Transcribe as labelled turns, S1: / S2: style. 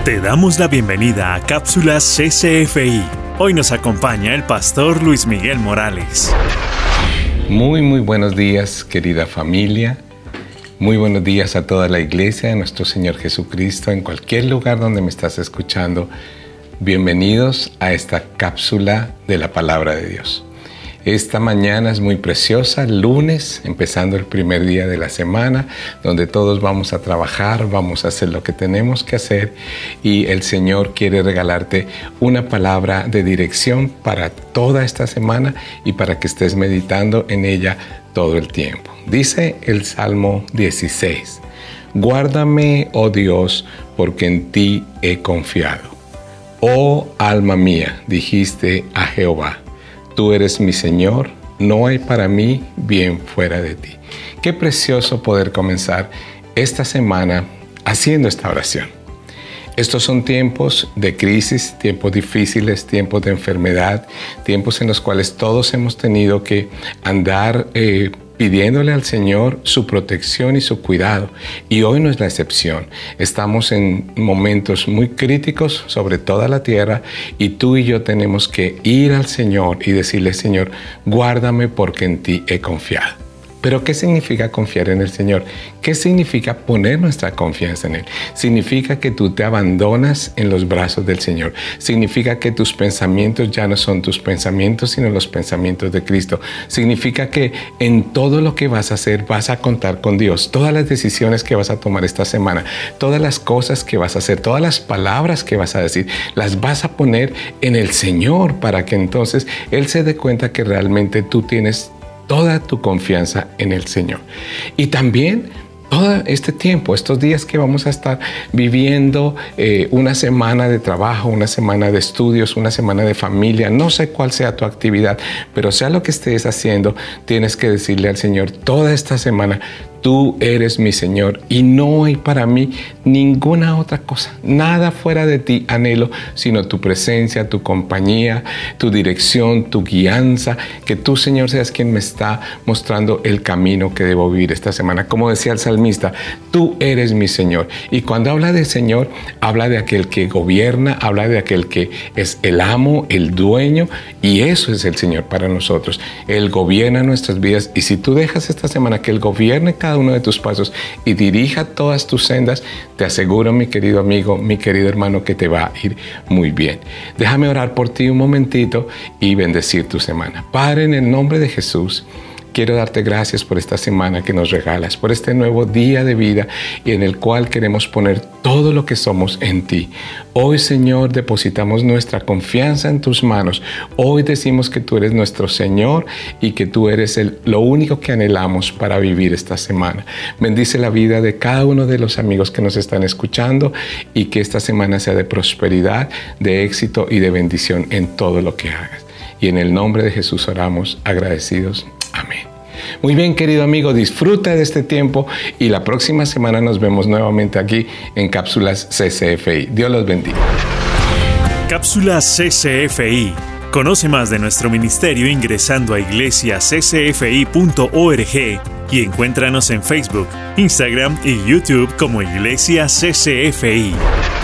S1: Te damos la bienvenida a Cápsulas CCFI. Hoy nos acompaña el pastor Luis Miguel Morales.
S2: Muy buenos días, querida familia. Muy buenos días a toda la iglesia de nuestro Señor Jesucristo, en cualquier lugar donde me estás escuchando. Bienvenidos a esta cápsula de la Palabra de Dios. Esta mañana es muy preciosa, lunes, empezando el primer día de la semana, donde todos vamos a trabajar, vamos a hacer lo que tenemos que hacer y el Señor quiere regalarte una palabra de dirección para toda esta semana y para que estés meditando en ella todo el tiempo. Dice el Salmo 16, guárdame, oh Dios, porque en ti he confiado. Oh alma mía, dijiste a Jehová, tú eres mi Señor, no hay para mí bien fuera de ti. Qué precioso poder comenzar esta semana haciendo esta oración. Estos son tiempos de crisis, tiempos difíciles, tiempos de enfermedad, tiempos en los cuales todos hemos tenido que andar pidiéndole al Señor su protección y su cuidado. Y hoy no es la excepción. Estamos en momentos muy críticos sobre toda la tierra y tú y yo tenemos que ir al Señor y decirle, Señor, guárdame porque en ti he confiado. Pero ¿qué significa confiar en el Señor? ¿Qué significa poner nuestra confianza en Él? Significa que tú te abandonas en los brazos del Señor. Significa que tus pensamientos ya no son tus pensamientos, sino los pensamientos de Cristo. Significa que en todo lo que vas a hacer vas a contar con Dios. Todas las decisiones que vas a tomar esta semana, todas las cosas que vas a hacer, todas las palabras que vas a decir, las vas a poner en el Señor para que entonces Él se dé cuenta que realmente tú tienes toda tu confianza en el Señor. Y también todo este tiempo, estos días que vamos a estar viviendo una semana de trabajo, una semana de estudios, una semana de familia, no sé cuál sea tu actividad, pero sea lo que estés haciendo, tienes que decirle al Señor toda esta semana, tú eres mi Señor y no hay para mí ninguna otra cosa, nada fuera de ti anhelo, sino tu presencia, tu compañía, tu dirección, tu guianza, que tú, Señor, seas quien me está mostrando el camino que debo vivir esta semana. Como decía el salmista, tú eres mi Señor. Y cuando habla de Señor, habla de aquel que gobierna, habla de aquel que es el amo, el dueño, y eso es el Señor para nosotros. Él gobierna nuestras vidas y si tú dejas esta semana que Él gobierne cada uno de tus pasos y dirija todas tus sendas, te aseguro, mi querido amigo, mi querido hermano, que te va a ir muy bien. Déjame orar por ti un momentito y bendecir tu semana. Padre, en el nombre de Jesús, quiero darte gracias por esta semana que nos regalas, por este nuevo día de vida y en el cual queremos poner todo lo que somos en ti. Hoy, Señor, depositamos nuestra confianza en tus manos. Hoy decimos que tú eres nuestro Señor y que tú eres lo único que anhelamos para vivir esta semana. Bendice la vida de cada uno de los amigos que nos están escuchando y que esta semana sea de prosperidad, de éxito y de bendición en todo lo que hagas. Y en el nombre de Jesús oramos agradecidos. Amén. Muy bien, querido amigo, disfruta de este tiempo y la próxima semana nos vemos nuevamente aquí en Cápsulas CCFI. Dios los bendiga.
S1: Cápsulas CCFI. Conoce más de nuestro ministerio ingresando a iglesiaccfi.org y encuéntranos en Facebook, Instagram y YouTube como Iglesia CCFI.